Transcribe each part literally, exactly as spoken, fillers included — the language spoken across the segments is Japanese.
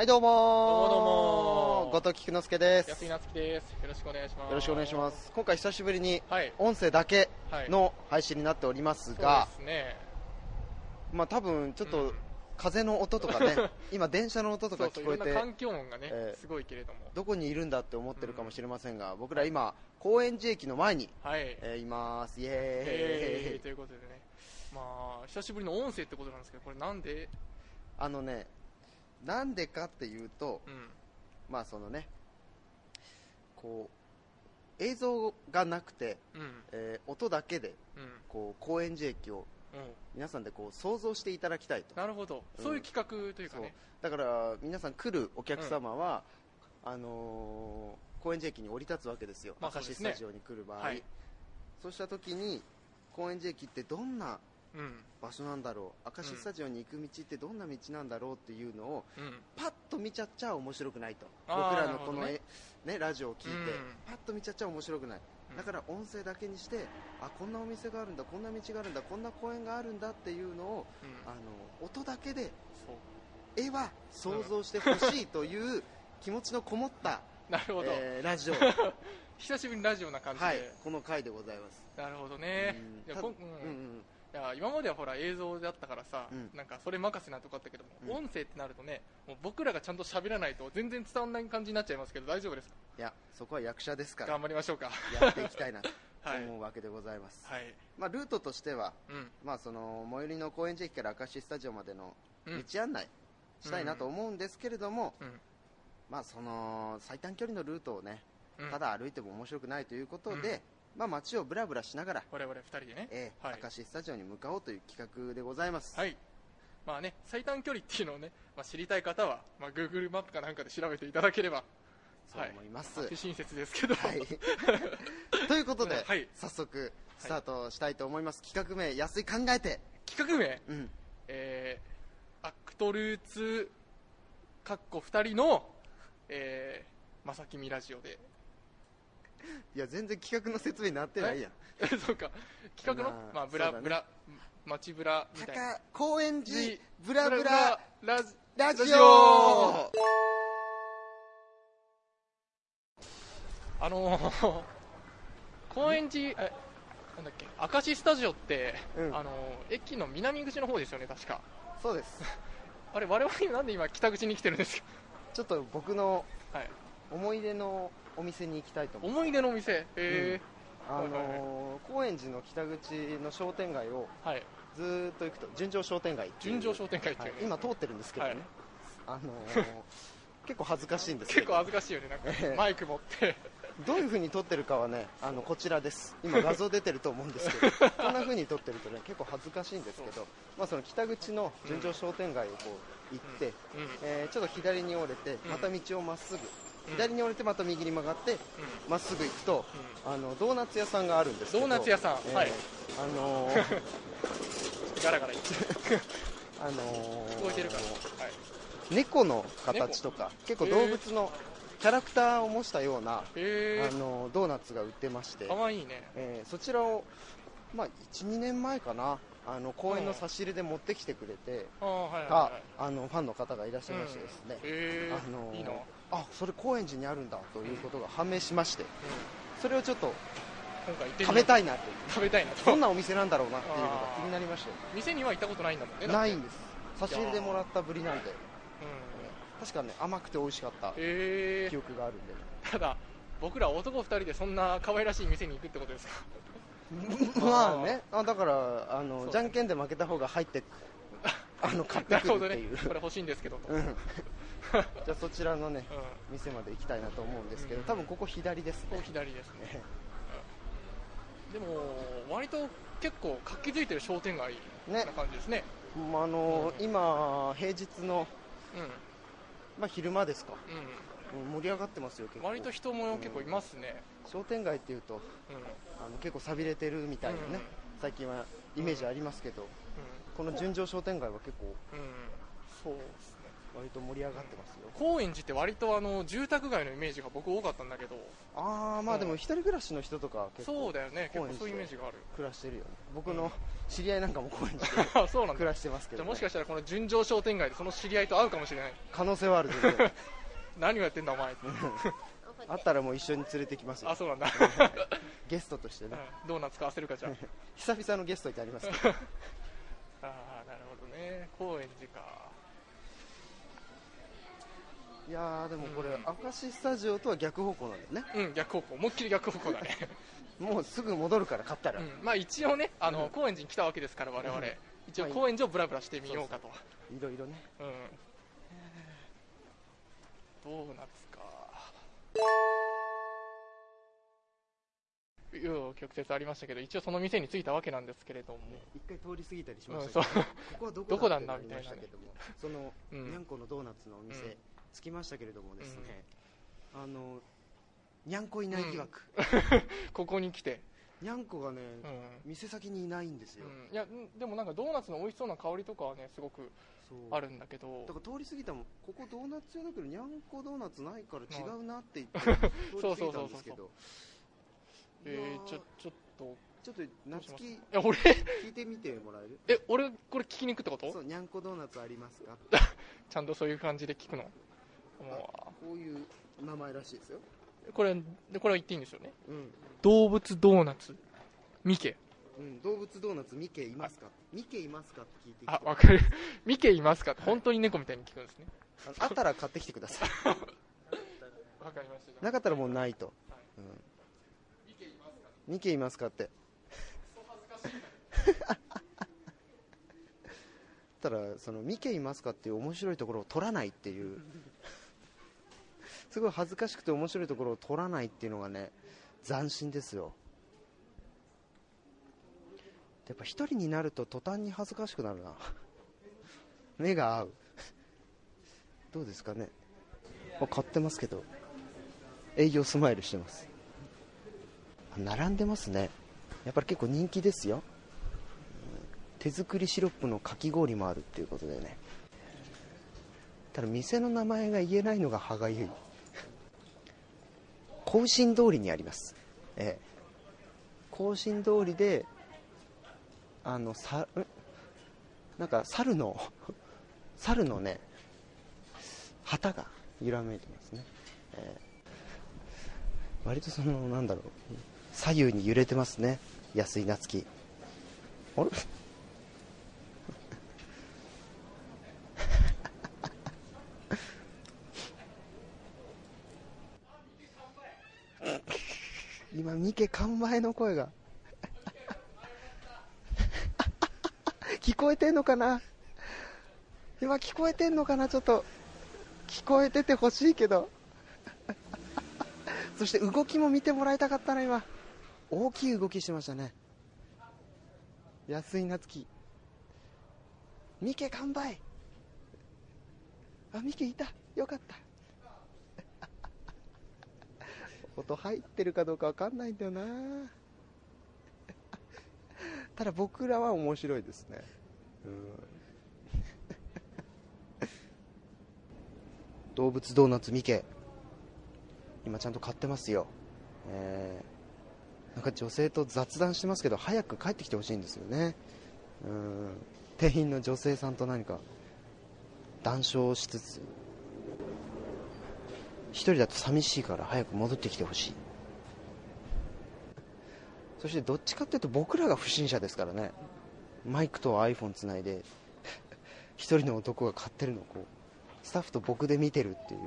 はい、どうもー。 どうもどうも後藤菊之助です。 安井夏樹です。よろしくお願いします。 よろしくお願いします。今回久しぶりにはい音声だけの配信になっておりますが、 そうですね。 まあ多分ちょっとうん風の音とかね、今電車の音とかそうそう、 聞こえていろんな環境音がね、 えーすごいけれども。 どこにいるんだって思ってるかもしれませんが、僕ら今高円寺駅の前に、 はい。 えーいます。イエーイ。 えー、ということでね。まあ、久しぶりの音声ってことなんですけど、これなんで、 あのね、なんでかっていうと、 うん。 まあそのね、こう映像がなくて、 うん。 えー音だけでうん。 こう高円寺駅をうん。 皆さんでこう想像していただきたいと。 なるほど。 うんそういう企画というかそうね。 だから皆さん来るお客様は、あのー高円寺駅に降り立つわけですよ、 まあ明石スタジオに来る場合、 はいそうした時に高円寺駅ってどんなうん。 場所なんだろう、明石スタジオに行く道ってどんな道なんだろうっていうのをうん。 パッと見ちゃっちゃ面白くないと。 あー僕らのこのなるほどねえ、ね、ラジオを聞いて、 うんパッと見ちゃっちゃ面白くない、 うんだから音声だけにして、あ、こんなお店があるんだ、こんな道があるんだ、こんな公園があるんだっていうのを、 うん。 あの音だけでそう。 絵は想像してほしいという気持ちのこもった、 なるほど。 えーラジオ、 久しぶりにラジオな感じで。 はい、この回でございます。 なるほどね。 うんたいやこんうんうんうんいや今まではほら映像だったからさ、 うんなんかそれ任せなとこあったけども、 うん音声ってなるとね、もう僕らがちゃんと喋らないと全然伝わらない感じになっちゃいますけど、大丈夫ですか？ いや、そこは役者ですから頑張りましょうか。 やっていきたいなとはい思うわけでございます、 はい。 まあ、ルートとしては、 うん。 まあ、その最寄りの高円寺駅から明石スタジオまでのうん。 道案内したいなと思うんですけれども、 うん。 まあ、その最短距離のルートをね、 うんただ歩いても面白くないということで、 うんまあ、街をブラブラしながら、 我々二人でね。 えーはい明石スタジオに向かおうという企画でございます、 はい。まあね、最短距離っていうのをね、まあ、知りたい方は、まあ、Google マップかなんかで調べていただければ、 そう思います、 不親切ですけど、 はい、ということで、 はい早速スタートしたいと思います、企画名安い考えて、 企画名、 うん、 えー、アクトルーツかっこ二人の、えー、まさきみラジオで、 いや全然企画の説明になってないやん。 そうか、企画の、 まあまあ、ブラ、 そうだねブラ、街ブラみたいな。 高高円寺じブラブララジラジラジオオ。 あのー、高円寺、え、なんだっけ、明石スタジオって、 うんあのー、駅の南口の方ですよね、確か。 そうです。 あれ、我々なんで今、北口に来てるんですか？ ちょっと僕のはい。 思い出のお店に行きたいと思う。 思い出のお店、えあはいはいのー高円寺の北口の商店街をー、はい。 ずーっと行くと純情商店街っていう、 純情商店街ってはいいうね、 今通ってるんですけどね、 はいあのー結構恥ずかしいんですけど、 結構恥ずかしいよね、なんか、 ええマイク持って。 どういう風に撮ってるかはね、あのこちらです今画像出てると思うんですけどこんな風に撮ってるとね結構恥ずかしいんですけど、まあ、その北口の純情商店街をこう行って、 うん。 えーちょっと左に折れてまた道をまっすぐ、左に折れてまた右に曲がってまっすぐ行くと、あのドーナツ屋さんがあるんですけど、 ドーナツ屋さんえーはいあのーガラガラ言って。 あのー聞こえてるから。はい。 猫の形とか結構動物のキャラクターを模したような、 へあのードーナツが売ってましてー、か、わいいね。 えーそちらを、まあ、いち、にねんまえかな、あの公園の差し入れで持ってきてくれてああ、はいはいた、 はい。 あのファンの方がいらっしゃいましてですね、 へあのーー、いいな。うん。 あ、それ高円寺にあるんだということが判明しまして、それをちょっと今回行ってみよう食べたいなという、 食べたいなと。 どんなお店なんだろうなっていうのが気になりまして、 店には行ったことないんだもんね。 ないんです、差し入れでもらったぶりなんで、 うん。 確かね、甘くて美味しかったへー。 記憶があるんで、 ただ、僕ら男二人でそんな可愛らしい店に行くってことですか？ まあね、あだからあそうのじゃんけんで負けた方が入ってあの買ってなるほどねくるっていう、。 これ欲しいんですけどと。 うんじゃあそちらのねうん。 店まで行きたいなと思うんですけど、 うん多分ここ左ですここね。 左ですね。 ねでも、割と結構活気づいてる商店街ねな感じですね。 まああのうん今平日のうん。 まあ昼間ですか、 ううん盛り上がってますよ結ん。 構。 割と人も結構いますね。 商店街っていうとうん。うん。 あの結構寂れてるみたいなね、 うん最近はイメージありますけど、この純情商店街は結構うん。そうですね。 割と盛り上がってますよ。 高円寺って割とあの住宅街のイメージが僕多かったんだけど。 ああ、まあでも一人暮らしの人とか結構そうだよね、結構そういうイメージがある。 暮らしてるよね。僕の知り合いなんかも高円寺でそうなんだ。 暮らしてますけど、ね、 じゃあもしかしたらこの純情商店街でその知り合いと会うかもしれない。 可能性はある全然何をやってんだお前あったらもう一緒に連れてきますよ。 あ、そうなんだゲストとしてね、 うん、ドーナツ買わせるかじゃあ久々のゲストってありますけどああ、なるほどね、高円寺か。 いやーでもこれ、 うん明石スタジオとは逆方向なんだよね。 うん、逆方向、思いっきり逆方向だねもうすぐ戻るから買ったら、 うん、まあ一応ね、あの、 うん高円寺に来たわけですから我々、 うん一応高円寺をブラブラしてみようかと。 いろいろね。 うん、ドーナツか。紆余曲折ありましたけど、一応その店に着いたわけなんですけれども、 一回通り過ぎたりしまうん、 したけど、 そうここはどどここだなんだみたいなねってなりましたけども、その、 うんにゃんこのドーナツのお店、 うん着きましたけれどもですね、あのにゃんこいない疑惑、 ここに来て、 にゃんこがね、 うん店先にいないんですよ、 うん、いやでもなんかドーナツの美味しそうな香りとかはねすごくそうあるんだけど、 だから通り過ぎたもん、ここドーナツ屋だけどにゃんこドーナツないから違うなって言って通り過ぎたんですけど、 えー、ちょちょっとちょっと夏希いや俺聞いてみてもらえる？ え俺これ聞きに行くってこと？ そう、にゃんこドーナツありますか？ ちゃんとそういう感じで聞くの？もこういう名前らしいですよ。 うこれでこれは言っていいんですよね。 うん動物ドーナツミケ。 うん、動物ドーナツミケいますか？ミケいますかって聞いてきて、 あ、わかる。ミケいますかって本当に猫みたいに聞くんですね。 あのあったら買ってきてくださいわかりました。 なかったらもうないと、うん、 ミケいますか？ ミケいますかってただそのミケいますかっていう面白いところを取らないっていうすごい恥ずかしくて面白いところを取らないっていうのがね斬新ですよ。やっぱ一人になると途端に恥ずかしくなるな目が合うどうですかね。あ、買ってますけど営業スマイルしてます。並んでますね。やっぱり結構人気ですよ。手作りシロップのかき氷もあるっていうことでね。ただ店の名前が言えないのが歯がゆい。庚申通りにあります。ええ、庚申通りであのさなんか猿の猿のね旗が揺らめいてますね、えー、割とそのなんだろう左右に揺れてますね。安井夏樹あれ今ミケ完売の声が聞こえてんのかな今聞こえてんのかな。ちょっと聞こえててほしいけどそして動きも見てもらいたかったな。今大きい動きしてましたね。安井夏樹ミケ完売。あ、ミケいた、よかった音入ってるかどうかわかんないんだよなただ僕らは面白いですね。うん動物ドーナツミケ今ちゃんと買ってますよ。えー、なんか女性と雑談してますけど早く帰ってきてほしいんですよね。うん店員の女性さんと何か談笑しつつ一人だと寂しいから早く戻ってきてほしい。そしてどっちかっていうと僕らが不審者ですからね。マイクと iPhone つないで一人の男が買ってるのをこうスタッフと僕で見てるっていう。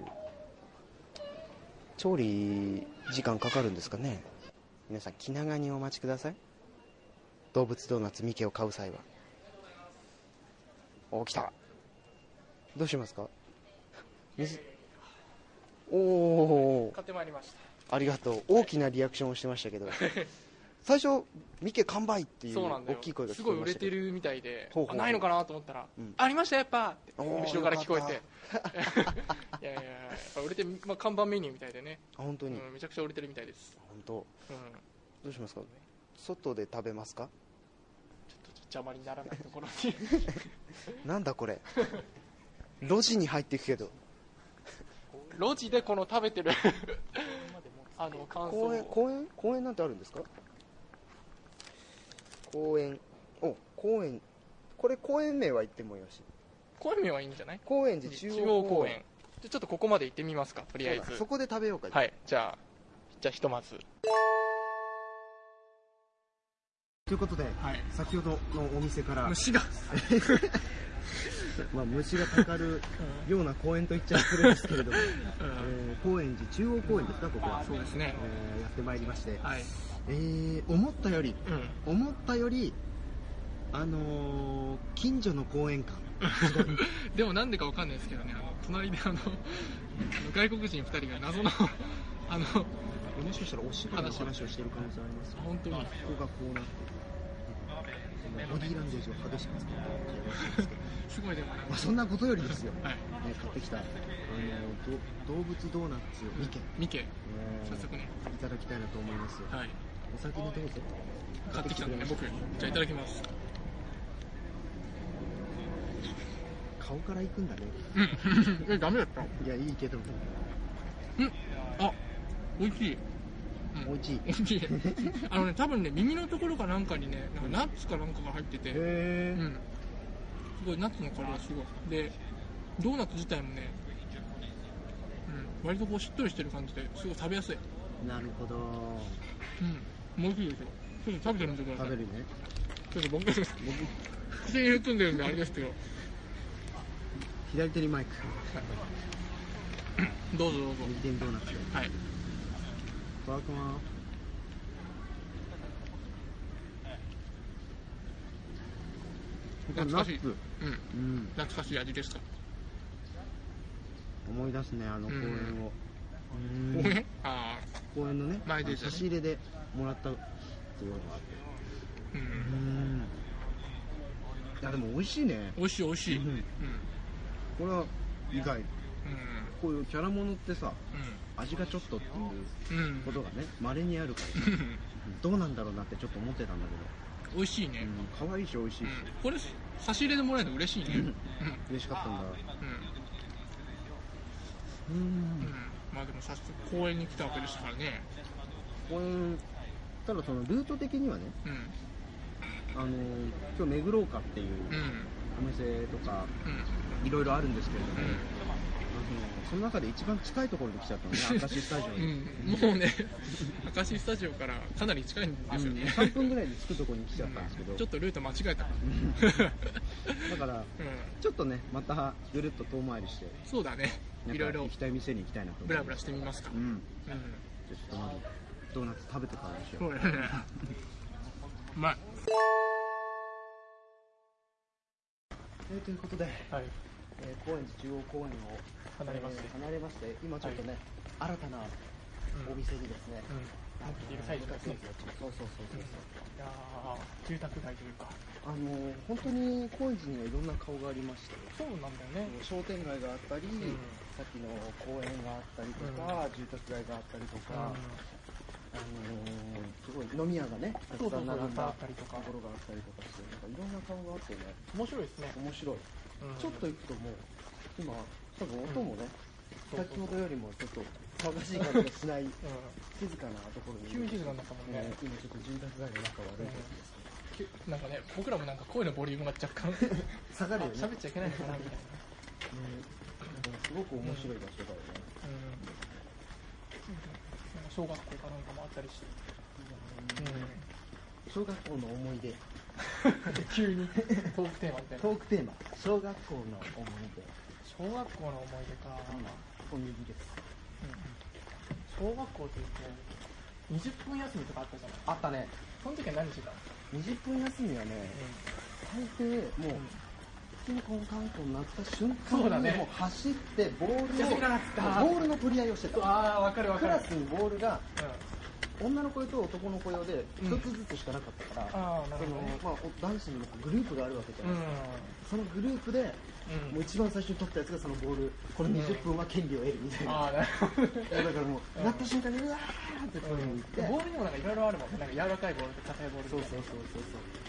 調理時間かかるんですかね。皆さん気長にお待ちください。動物ドーナツミケを買う際は。お、来た。どうしますか。水おお買ってまいりました。 ありがとう。大きなリアクションをしてましたけど最初ミケ完売っていう大きい声が聞こえましたけど、 すごい売れてるみたいでほうほうほうあないのかなと思ったら、 うん、 ありましたやっぱっておー後ろから聞こえてよいやいやいややっぱ売れて、まあ、看板メニューみたいでね。 あ本当に、 うん、めちゃくちゃ売れてるみたいです。 本当、 うん、 どうしますか。外で食べますか。 ちょっと邪魔にならないところになんだこれ路地に入っていくけど、 路地でこの食べてるあの感想公園公園公園なんてあるんですか？公園、お公園、これ公園名は言ってもよし。 公園名はいいんじゃない？ 高円寺中中央公園。 央公園。じゃちょっとここまで行ってみますか、とりあえず。 そこで食べようか。 はい、じゃあじゃあひとまず。 ということで、 はい、 先ほどのお店から虫がまあ虫がかかるような公園と言っちゃ失礼ですけれども、うんえー、高円寺中央公園ですか、ここは。 そうですね、 えー、やってまいりまして、 はいえー、思ったより、うん、思ったよりあのー、近所の公園感でもなんでかわかんないですけどね、あの隣であの外国人ふたりが謎のあのもしかしたらお芝居の話をしている可能性ありますよ。 本当にここがこうなっている、ボディーランゲージを激しく使っているらしいですけどすごいでもね、 まあ、そんなことよりですよ、 はい、 ね、買ってきたあの動物ドーナツみけみけ、 えー、 早速ねいただきたいなと思います。 はい、 お先にどうぞ。 買ってきたんでね、僕じゃあいただきます。 顔から行くんだね。 うんえダメだった？いやいいけど。 うんあ美味しい。 美味しい。 美味しい。あのね多分ね耳のところかなんかにねなんかナッツかなんかが入ってて、 へー、 うん、すごいナッツの香りがすごい。でドーナツ自体もね、うん、割とこうしっとりしてる感じですごい食べやすい。 なるほど。 うん美味しいですよ。ちょっと食べてみてください。 食べるね。 ちょっと僕僕口に含んでるんであれですけど。 左手にマイク。 どうぞどうぞ。 右手にドーナツで。 はい。 いただきます。 懐かしい。うん。 うん。 懐かしい味ですか。 思い出すね、あの公園を。 公園？ああ。 公園のね、 前で差し入れでもらったっていうのがあって。うん。いやでも美味しいね。 美味しい美味しい。うん。 これは意外。うん。こういうキャラものってさ、味がちょっとっていうことがね、稀にあるからさ、どうなんだろうなってちょっと思ってたんだけど。 美味しいね。 可愛いし美味しいし。 これ差し入れでもらえるの嬉しいね。 嬉しかったんだ。 うん。うん。まあでも早速公園に来たわけですからね。 公園、ただそのルート的にはね、あの今日巡ろうかっていうお店とかいろいろあるんですけれども、その中で一番近いところに来ちゃったのね、明石スタジオに。 もうね、明石スタジオからかなり近いんですよね。 さんぷんぐらいで着くところに来ちゃったんですけど、 ちょっとルート間違えた。 だからちょっとね、またぐるっと遠回りして、 そうだね、いろいろ行きたい店に行きたいなと。 ブラブラしてみますか。うん。 じゃあちょっとまずドーナツ食べてからにしよう。 そうだね。うまい。 えー、ということで、 はい、 えー、高円寺中央公園を離れまして、 えー、離れまして、今ちょっとね、はい、新たなお店にですね、 入っている最中ですね。 そうそうそうそう。 いやー、住宅街というか、 あのー、本当に高円寺にはいろんな顔がありまして、 そうなんだよね。 商店街があったり、うん、さっきの公園があったりとか、うん、住宅街があったりとか、うん、あのー、すごい飲み屋がね、たくさん並んだところがあったりとかして、なんかいろんな顔があってね、 面白いですね。 面白い。うん、ちょっと行くともう、今、多分音もね、うん、先ほどよりもちょっと騒がしい感じがしない、うん、静かなところに、 急に静かになったもんね。 今ちょっと住宅街の中を歩いてるんですけど、 うん、なんかね、僕らもなんか声のボリュームが若干下がるよね。 喋っちゃいけないのかなみたいな。 うん、すごく面白い場所だよね。 うん、小学校かなんかもあったりして、 うん、小学校の思い出急にトークテーマみたいな。 トークテーマ、小学校の思い出。 小学校の思い出か。 小麦です。 うん、小学校って言うとにじゅっぷん休みとかあったじゃない。 あったね。 その時は何してたの？ にじゅっぷん休みはね、うん、大抵もう、キンコンカンコン鳴った瞬間に、ね、もう走ってボールをボールの取り合いをしてた。 ああ、わかるわかる。 クラスにボールが、うん、女の子用と男の子用で一つずつしかなかったから、うん、そのまあ男子にもグループがあるわけじゃないですか。うん、そのグループで、うん、もう一番最初に取ったやつがそのボール、このにじゅっぷんは権利を得るみたいな。うん、あなるほど。だからもう、うん、鳴った瞬間にうわーって取りに行って、 ボールにもなんかいろいろあるもんね。なんか柔らかいボールと硬いボール。 そうそうそうそうそう。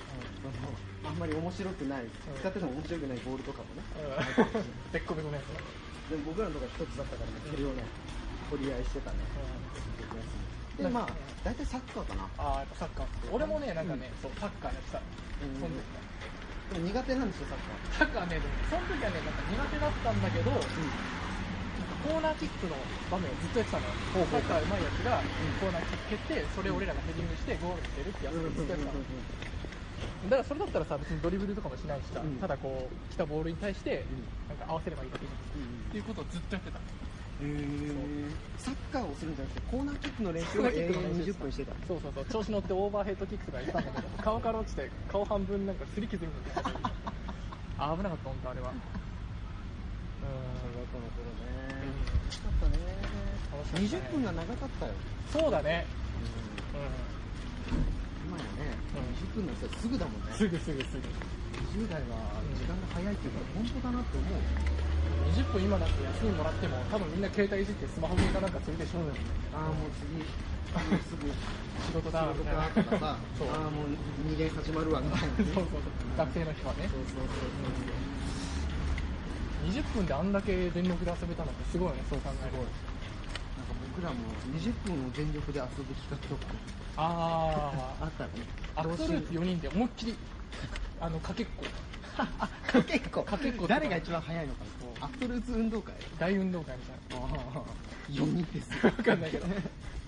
あんまり面白くない、使ってても面白くないボールとかもね、 べっこべこのやつね。 でも僕らのところは一つだったからね、それをね取り合いしてたね。でまあ大体サッカーかな。 ああ、やっぱサッカー。俺もね、なんかね、そうサッカーやってた。その時でも苦手なんですよ、サッカー。 サッカーね、でもその時はね、なんか苦手だったんだけど、なんかコーナーキックの場面をずっとやってたのよ。サッカー上手いやつがコーナーキック蹴って、それを俺らがヘディングしてゴールしてるってやつをずっとやってたの。だからそれだったらさ、別にドリブルとかもしないしさ、 うん、 ただこう来たボールに対してなんか合わせればいいだけじゃん、うん、っていうことをずっとやってた。 へー、サッカーをするんじゃなくてコーナーキックの練習を永遠ににじゅっぷんしてた。 そうそうそう、調子乗ってオーバーヘッドキックとかやったんだけど、顔から落ちて顔半分なんか擦り傷になって危なかった本当あれは。うん、 小学校の頃ね、楽しかったね。にじゅっぷんが長かったよ。 そうだね。 うん、うん、今やね、にじゅっぷんの人はすぐだもんね。すぐすぐすぐ。にじゅう代は時間が早いっていうか、本当だなって思う。 にじゅっぷん今だって休みもらっても多分みんな携帯いじってスマホゲーかなんかするでしょ。 ああもう次すぐ仕事だ仕事だとかさ、ああもうにねん始まるわみたいな、ね、 そうそうそう、学生の人はね。そうそうそうそう、にじゅっぷんであんだけ全力で遊べたのってすごいよね、そう考えると。 なんか僕らもにじゅっぷんを全力で遊ぶ企画とかああったね。 アクトルーツよにんで思いっきりあのかけっこかけっこかけっこ誰が一番早いのかな。アクトルーツ運動会、 大運動会みたいな。 よにんです分かんないけど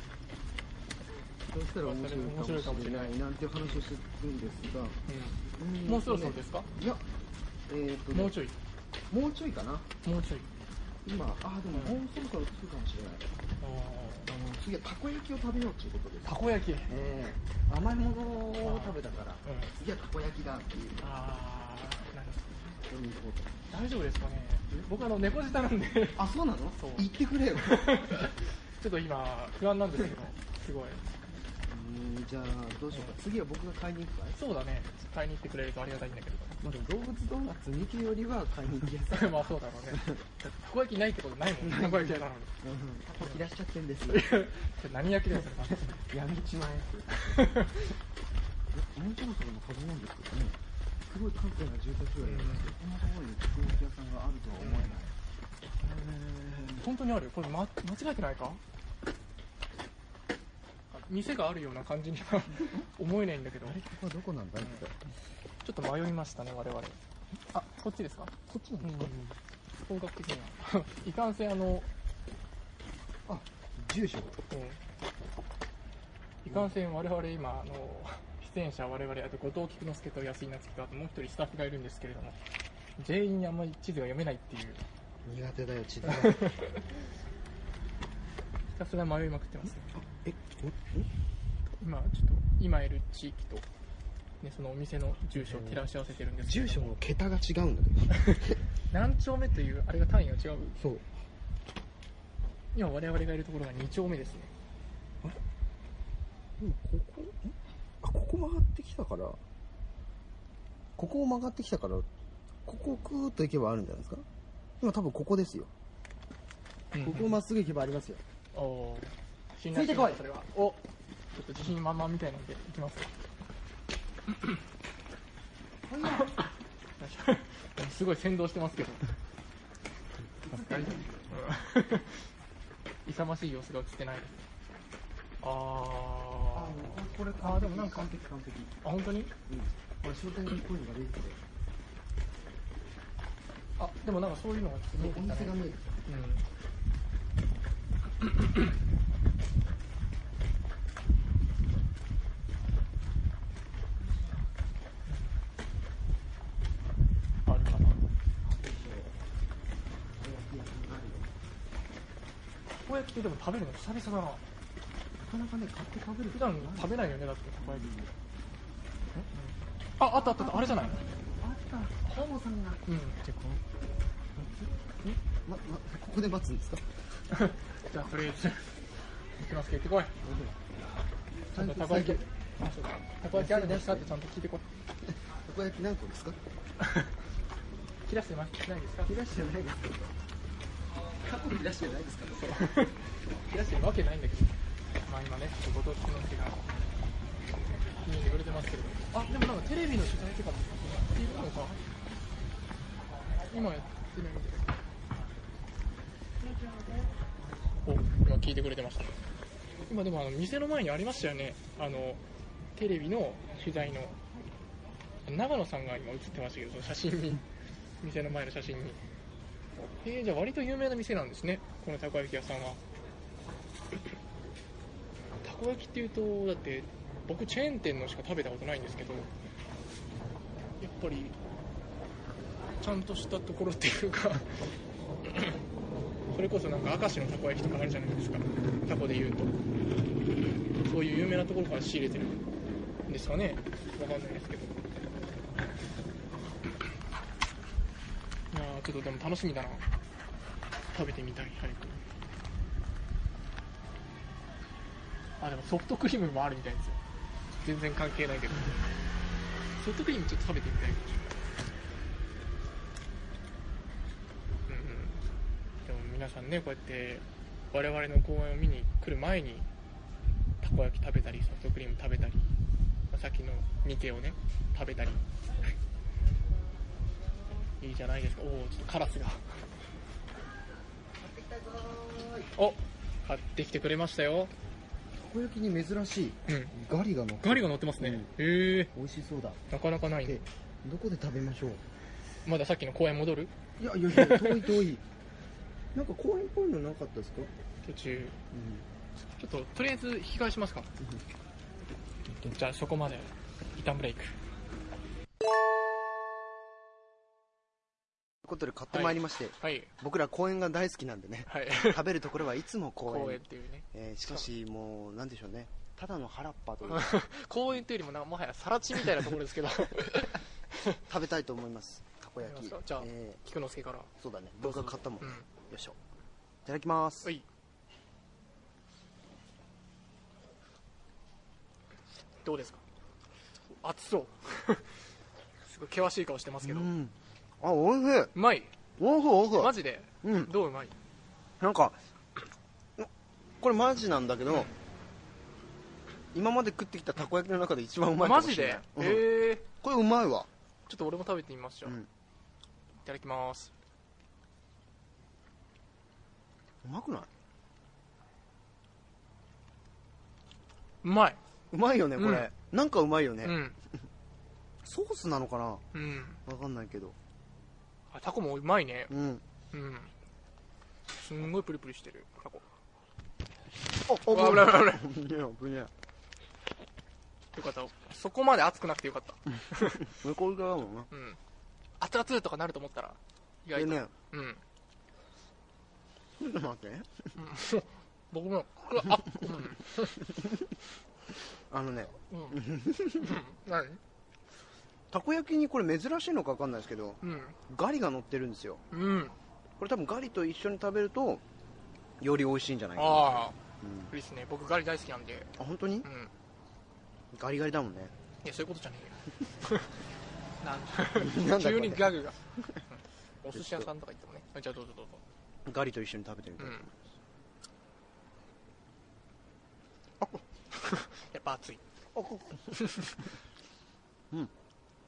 そうしたら面白いかもしれないなんていう話をしてるんですが、 うん、もうそろそろですか。 いや、えーとね、 もうちょいもうちょいかな。 もうちょい今、あでももうそろそろ来るかもしれない。あの次はたこ焼きを食べようということです。 たこ焼き、 えー、甘いものを食べたから、うん、次はたこ焼きだっていう。ああ、なるほど。 大丈夫ですかね。僕あの猫舌なんで。 あ、そうなの？そう。言ってくれよ。 ちょっと今不安なんですけど、すごい。 うん、じゃあどうしようか。次は僕が買いに行くかい？ そうだね。買いに行ってくれるとありがたいんだけど。 まあでも動物ドーナツにきよりは買いに行きやすい。 まあそうだろうね。たこ焼きないってことないもんね。たこ焼き屋なのに。 たこ焼きいらっしゃってんですよ。 何焼きですか？ やめちまえって。もうそろそろのはずなんですけどね。すごい閑静な住宅街なんですけど、こんなところにたこ焼き屋さんがあるとは思えない。 本当にある？これ、ま、間違えてないか？店があるような感じには思えないんだけど。 あれ、ここはどこなんだ、うん、 ちょっと迷いましたね、我々。あ、こっちですか？ こっちなんですか？ うん、方角的には。いかんせん、あの、 あ、住所。 えー、いかんせん、我々今、あの、出演者我々、あと後藤菊之助と安井夏樹と、あともう一人スタッフがいるんですけれども、全員にあんまり地図が読めないっていう。 苦手だよ、地図。 ひたすら迷いまくってますね。 え、 今、ちょっと、今いる地域と、ね、そのお店の住所を照らし合わせてるんですけど。 住所の桁が違うんだけど。 何丁目という、あれが単位が違う。 そう。 今我々がいるところがに丁目ですね。 あれでもここ、えあ、ここ曲がってきたから、ここを曲がってきたから、ここをクーッと行けばあるんじゃないですか。今多分ここですよ。うん、ここをまっすぐ行けばありますよ。 おお。ついてこい。 それは。お。ちょっと自信満々みたいなので行きます。すごい先導してますけど。大丈夫。勇ましい様子が映ってないです。あー。 あー、これあーでもなんか完璧完璧。 あ、本当に？うん。 これ商店街っぽいのが出てきて。 あ、でもなんかそういうのが見えてきたね。 お店が見えてきた。 うん。あるかな。たこ焼きってでも食べるの久々だな。 なかなかね、買って食べる。 普段食べないよね、だってたこ焼き。あ、あったあったあった、あれじゃない？ あった。ホモさんが。 うん。 じゃあこの。ま、ま、ここで待つんですか？ じゃあとりあえず行きますけど、行ってこい。ちゃんとたこ焼き、あ、そうだ。たこ焼きあるんですかってちゃんと聞いてこい。 たこ焼き何個ですか？ 切らしてないですか？ 切らしてないですか？過去切らしてないですか？ 切らしてるわけないんだけど。まあ今ね、ちょっと後藤菊之助が決めてくれてますけど、あ、でもなんかテレビの取材とかもしているのか、今やってないみたいだけど、お、今聞いてくれてましたね。今でもあの店の前にありましたよね、あのテレビの取材の長野さんが今映ってましたけど、その写真に店の前の写真に、えー、じゃあ割と有名な店なんですね、このたこ焼き屋さんは。たこ焼きっていうと、だって僕チェーン店のしか食べたことないんですけど、やっぱりちゃんとしたところっていうかそれこそなんか明石のたこ焼きとかあるじゃないですか、タコでいうと。そういう有名なところから仕入れてるんですかね、わかんないですけど。いやー、ちょっとでも楽しみだな、食べてみたい、早く。あ、でもソフトクリームもあるみたいですよ。全然関係ないけど、ソフトクリームちょっと食べてみたいかもしれない。うんうん。でも皆さんね、こうやって我々の公演を見に来る前にたこ焼き食べたりソフトクリーム食べたり、さっきのミケをね食べたりいいじゃないですか。おお、ちょっとカラスがお、買ってきてくれましたよ。 たこ焼きに珍しい、 うん、 ガリが乗ってガリが乗ってますね、うん、へえ、 美味しそうだ。 なかなかないね。 どこで食べましょう。 まださっきの公園戻る。 いやいやいや、遠い遠いなんか公園っぽいのなかったですか途中、うん、ちょっととりあえず引き返しますか、うん、じゃあそこまで一旦ブレイクということで買ってまいりまして、はいはい、僕ら公園が大好きなんでね、はい、食べるところはいつも公園、 公園っていうね、 えー、しかしもうなんでしょうね、ただの原っぱという公園というよりもな、もはや更地みたいなところですけど食べたいと思います、たこ焼き。 じゃあ、えー、菊之助から。 そうだね、僕が買ったもん、うん、よいしょ、いただきます。はい、 どうですか、熱そうすごい険しい顔してますけど、うん、 あ、おいしい。うまい。 おいしいおいしい。 マジで、 うん、 どううまい。 なんかこれマジなんだけど、うん、今まで食ってきたたこ焼きの中で一番うまいかもしれない。 マジで、うん、へえ、 これうまいわ。 ちょっと俺も食べてみますよ、うん、いただきます。 うまくない？ うまい。 うまいよねこれ、うん、なんかうまいよね、うん、ソースなのかな、うん、分かんないけど、 あ、タコもうまいね。うん、うん、すんごいプリプリしてるタコ。 お、お、危ない危ない危ない危ない。 よかった、そこまで熱くなくてよかった向こう側だもんな。 うん、熱々とかなると思ったら意外とね、うん、 ちょっと待って、 うん、僕もあ、うん、 あのね、 うん、何、 たこ焼きにこれ珍しいのか分かんないですけど、うん、ガリが乗ってるんですよ、うん、これ多分ガリと一緒に食べるとより美味しいんじゃないかな。ああ、 うん、いいですね、僕ガリ大好きなんで。 あ、本当に、うん、ガリガリだもんね。 いや、そういうことじゃねえよなん急にギャグがお寿司屋さんとか行ってもね。じゃあどうぞどうぞ。 ガリと一緒に食べてみたいと思います、うん、 やっぱ熱いうん、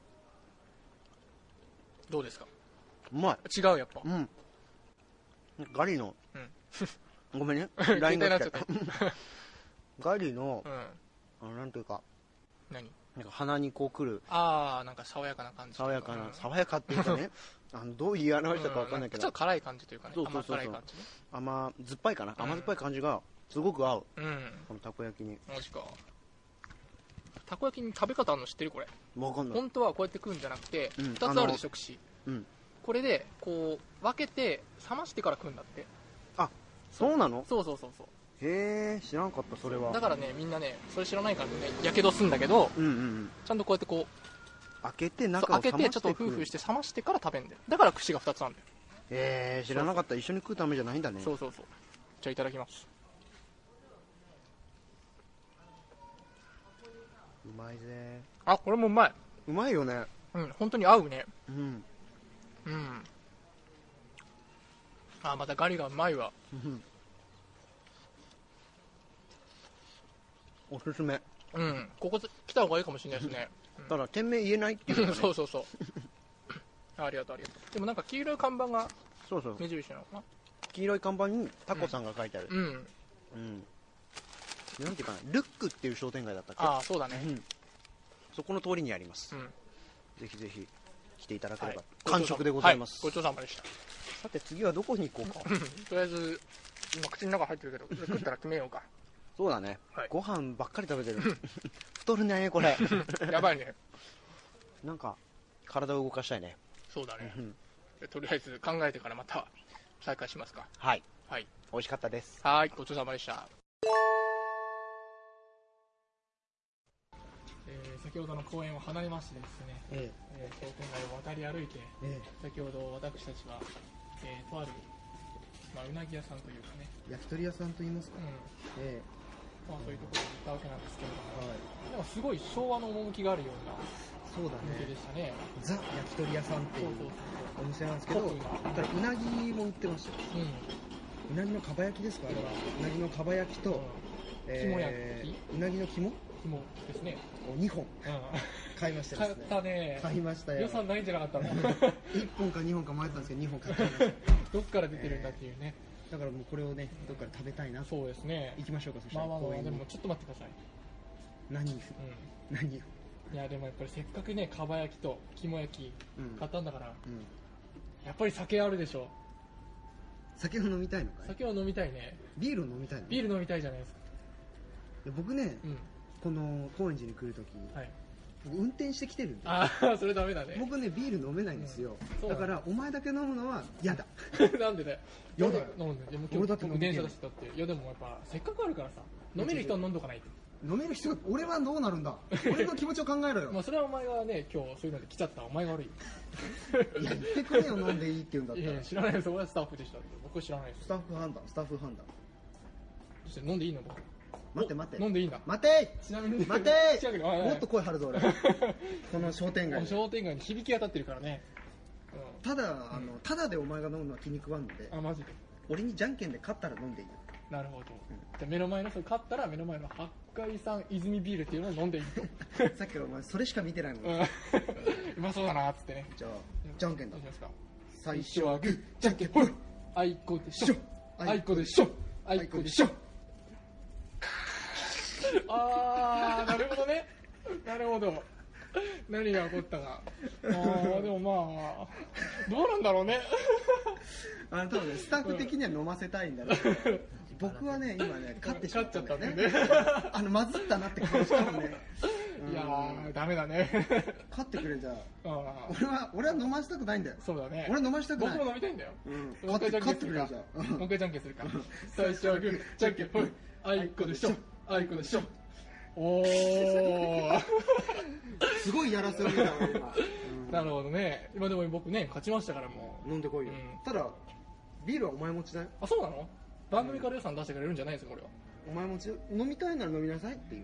どうですか。 うまい。 違う、やっぱ、うん、 ガリの、うん、ごめんねラインが来ちゃったガリの、うん、あのなんというか、 何、 なんか鼻にこうくる、 ああ、なんか爽やかな感じ、 爽やかな、うん、爽やかっていうかねあのどう言い表したか分かんないけど、 うん、ちょっと辛い感じというかね、 そうそうそうそう、 甘辛い感じね、 甘酸っぱいかな、うん、甘酸っぱい感じがすごく合う、うん、このたこ焼きに。 マジか。たこ焼きに食べ方あるの知ってる？これ分かんない。 本当はこうやって食うんじゃなくて、うん、ふたつあるでしょ、串、うん、これでこう分けて冷ましてから食うんだって。 あ、そうなの？ そうそうそうそう。 へえ、知らんかった、それは。 だからね、みんなね、それ知らないからね、やけどすんだけど、うんうんうん、ちゃんとこうやってこう開けて中を冷まして、 開けてちょっとフーフーして冷ましてから食べるんだよ。だから串がふたつあるんだよ。 へえ、知らなかった。一緒に食うためじゃないんだね。 そうそうそう。じゃあいただきます。 うまいぜ。 あ、これもうまい。 うまいよね。 うん、本当に合うね。うん。うん。あ、またガリがうまいわ。 おすすめ。 うん、ここ来た方がいいかもしれないですね。 だから店名言えないっていう、ね、 そうそうそうありがとうありがとう。でもなんか黄色い看板がそうそう目印なのかな。 黄色い看板にタコさんが書いてある。 うん、うんうんなんていうかな、ルックっていう商店街だったっけ。 ああそうだね、 うん、そこの通りにあります、 うん、 ぜひぜひ来ていただければ、 はい、 完食でございます、 はい、ごちそうさまでした。 さて次はどこに行こうかとりあえず今口の中入ってるけど食ったら決めようかそうだね、 はい、 ご飯ばっかり食べてる太るねこれやばいねなんか体を動かしたいね。 そうだねとりあえず考えてからまた再開しますか。 はい、 はい、 美味しかったです。 はい、ごちそうさまでした。えー、先ほどの公園を離れましてですね、えええー、商店街を渡り歩いて、ええ、先ほど私たちは、えー、とある、まあ、うなぎ屋さんというかね、 焼き鳥屋さんと言いますか、うんええまあ、そういうところに行ったわけなんですけれども、はい、でもすごい昭和の趣があるようなそうだねお店でしたね。 ザ焼き鳥屋さんっていうお店なんですけど、ただうなぎも売ってましたよ、うん、うなぎのかば焼きですか、あれはうなぎのかば焼きと、うんえー、 肝焼きうなぎの肝肝ですねをにほん、うん、買いましたですね。 買ったね。 買いましたよ。 予算ないんじゃなかったのいっぽんかにほんか迷ったんですけどにほん買ってましたどっから出てるんだっていうね、 えー、だからもうこれをねどっかで食べたいな。 そうですね、 行きましょうか。そしたらまあまあまあでもちょっと待ってください。 何、うん、何をいやでもやっぱりせっかくねかば焼きと肝焼き買ったんだから、うんうん、やっぱり酒あるでしょ。 酒を飲みたいのかい。 酒を飲みたいね。 ビールを飲みたいの。 ビール飲みたいじゃないですか。 いや僕ね、うん、この高円寺に来るとき、はい、僕運転してきてるんで。 ああそれダメだね。 僕ねビール飲めないんですよ、うん、だからお前だけ飲むのは嫌だなんでだよ。 嫌だよ。 飲んで俺だって飲む電車だしだって。いやでもやっぱせっかくあるからさ飲める人は飲んどかないと。 飲める人、俺はどうなるんだ俺の気持ちを考えろよ。 まあそれはお前がね今日そういうので来ちゃったお前が悪いよいや言ってくれよ飲んでいいって言うんだったら。いや知らないです。そこはスタッフでしたって。僕知らないです。 スタッフ判断スタッフ判断そして飲んでいいの。 待って待って飲んでいいんだ。 待てちなみに待てもっと声張るぞ俺この商店街商店街に響き当たってるからね、 うん、ただあのただでお前が飲むのは気に食わんので。 あマジで。 俺にじゃんけんで勝ったら飲んでいいよ。 なるほど、うん、じゃ目の前のそれ勝ったら目の前の八海山泉ビールっていうのを飲んでいいとさっきからお前それしか見てないもん、 うん、うまそうだなっつってね。 じゃあじゃんけんだ。 最初はグーじゃんけんぽいあいこでしょあいこでしょあいこでしょあーなるほどねなるほど何が起こったか。あーでもまあどうなんだろうねあの多分ねスタッフ的には飲ませたいんだね僕はね今ね勝ってしまったんだよねあのまずったなって顔したもんねいやーダメだね勝ってくれじゃあ。俺は俺は飲ませたくないんだよ。 そうだね。 俺飲ませたくない。 僕も飲みたいんだよ。 うん。勝って勝ってくれじゃあ。 もう一回じゃんけんするか。最初はグーじゃんけんぽいあいこでしょあいこでしょ。おーすごいやらせるんだ俺今。 なるほどね。今でも僕ね勝ちましたからもう。飲んでこいよ。ただビールはお前持ちだよ。 あそうなの。番組から予算出してくれるんじゃないですかこれは。 お前持ち飲みたいなら飲みなさいっていう。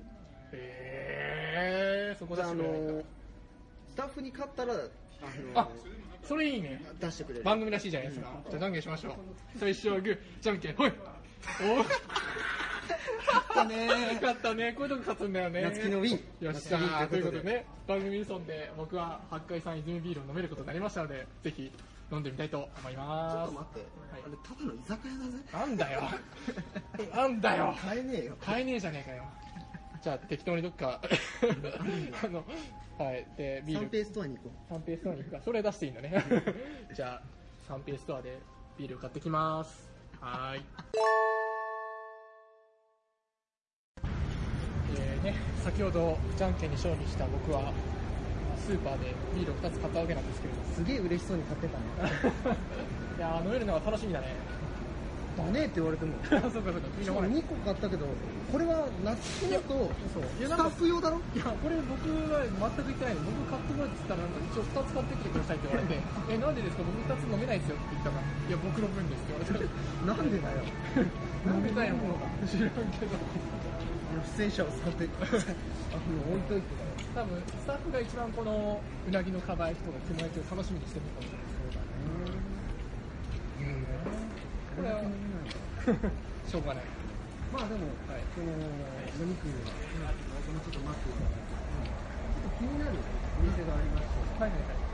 へえー、そこ出してくれないんだ。 スタッフに勝ったら、あのー、 あそれいいね。 出してくれる。 番組らしいじゃないですか。じゃあじゃんけんしましょう。最初はグー、じゃんけんほい。お勝ったねー。 勝ったね。こういうとこ勝つんだよね。 夏希のウィン。 よっしゃー。ということでね、番組に沿って僕は八海山泉ビールを飲めることになりましたので、ぜひ飲んでみたいと思います。 ちょっと待って。はい、あれただの居酒屋だぜ。 なんだよ。なんだよ。 買えねえよ。 買えねえじゃねえかよ。じゃあ適当にどっかあのはいでビール三平ストアに行こう。三平ストアに行くか。それ出していいんだねじゃあ三平ストアでビールを買ってきます。はーいえーね先ほどじゃんけんに勝利した僕はスーパーでビールをふたつ買ったわけなんですけれども、 すげえ嬉しそうに買ってたねいや飲めるのが楽しみだね。 だねって言われてもそうかそうかしかもにこ買ったけどこれは夏希のとスタッフ用だろ。 いやこれ僕は全く言ってないの。僕買ってこいって言ったら一応ふたつ買ってきてくださいって言われてえなんでですか僕ふたつ飲めないですよって言ったらいや僕の分ですって言われてなんでだよ飲みたいものが知らんけど不戦車を使ってあの置いといて多分スタッフが一番このうなぎのかば焼きとか肝焼きを楽しみにしてるかもしれない。そうだね。うんこれはしょうがない。 まあでも、はい、そのお肉は、うん、もうちょっと待っていただいて、うん、ちょっと気になるお店がありまして、はいはいはい、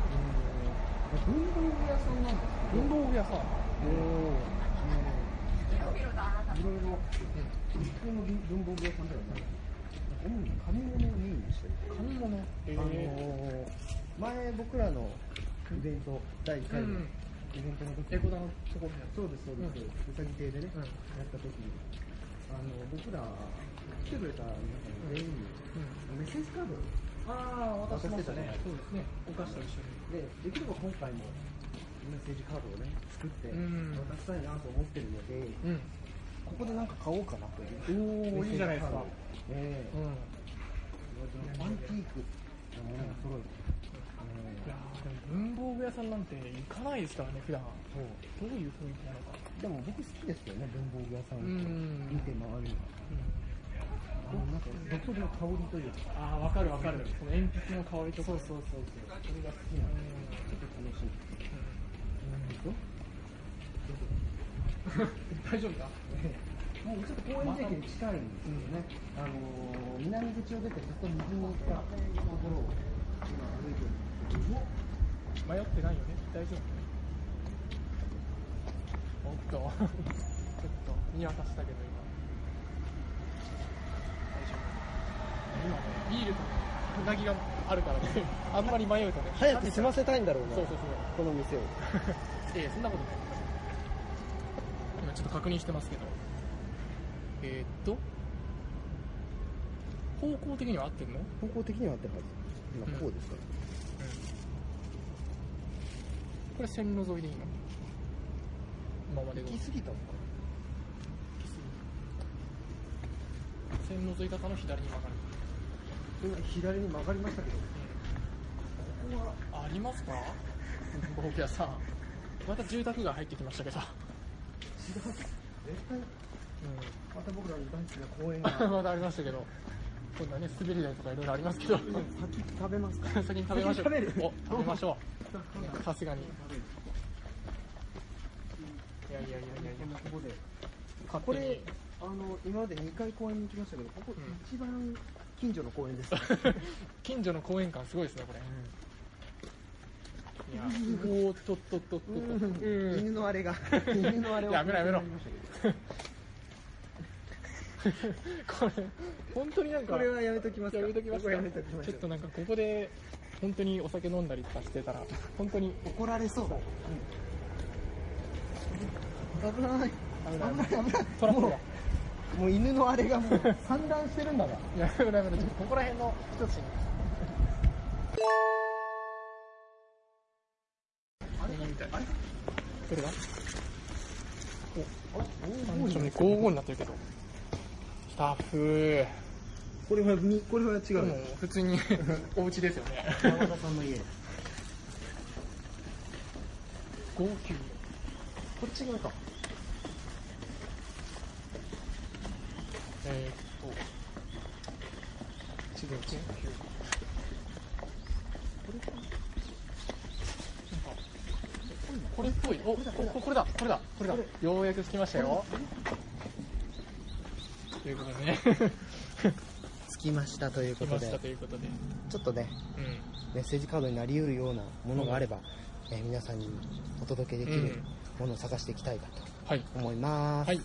文房具屋さんなんですけど、 文房具屋さん、 おー、いろいろ、普通の文房具屋さんではない、主に紙物をメインにしてる。 紙物、えー、 あのー、前僕らのイベント、だいいっかいのイベントの時に、 エコダのところで、 そうですそうです、うさぎ亭でね、やった時に、あの僕ら来てくれた皆さん全員にメッセージカードを渡してましたね。そうですね。お菓子と一緒に。で、できれば今回もメッセージカードをね作って渡したいなと思ってるので、ここでなんか買おうかなという。 おお、いいじゃないですか。 ええ。アンティークなものを揃えて。 いやでも文房具屋さんなんて行かないですからね、普段。そうどういう雰囲気なのか。 でも僕好きですよね、文房具屋さん見て回るのは。あのなんか独特の香りというか。 ああ、わかるわかる。その鉛筆の香りとか。 そうそうそうそう。それが好きなんで、ちょっと楽しみ。うんと。 大丈夫か？ もうちょっと公園駅に近いんですよね。あの南口を出てずっと右に行ったところを今歩いてるんですけど。 迷ってないよね、大丈夫。おっと、ちょっと見渡したけど今。大丈夫。今ね、ビールとね、うなぎがあるからね、あんまり迷うとね。 早く済ませたいんだろうな。 そうそうそう。 この店を。 ええ、そんなことない。今ちょっと確認してますけど。えー、っと、方向的には合ってるの？ 方向的には合ってるはず。今こうですね。 うんうんこれ線路沿いでいいの？今まで行き過ぎたのかな？線路沿い型の左に曲がる。 今左に曲がりましたけど、 うん、ここはありますか？文房具屋さん。また住宅が入ってきましたけど。違う。 絶対、うん、また僕らの大好きな公園がまたありましたけど。こんなね、滑り台とかいろいろありますけど。 先食べますか？ 先に食べましょう。 食べる？ お、食べましょう。さすがに。いやいやいやいやいや、 ここで。これ、あの、今までにかい公園に行きましたけど、ここ一番近所の公園です。 近所の公園感すごいですね、これ。いや、おーっとっとっとっと。 犬のあれが。犬のあれを。 やめろやめろ。これ本当になんかこれはやめときますか。 やめときますか。 やめときましょう。 ちょっとなんかここで本当にお酒飲んだりとかしてたら本当に怒られそう。うん、危ない危ない危ない。 トラックがもう犬のあれがもう散乱してるんだが。 やめろやめろ。ここら辺の一つに。あれみたい。あれ？どれだ？お、ちょっとね、ごじゅうごになってるけど。スタッフ。 これはに、これは違う。 もう普通にお家ですよね。 山田さんの家。 号泣。 こっち側か。 えー、っと。違う違う。これっぽい。お、これだ、これだ、これだ。ようやく着きましたよ。ということでね。 着きましたということで。 着きましたということで。 ちょっとね、うん、メッセージカードになり得るようなものがあれば、うん、えー、皆さんにお届けできるものを探していきたいかと思います。はい。はい、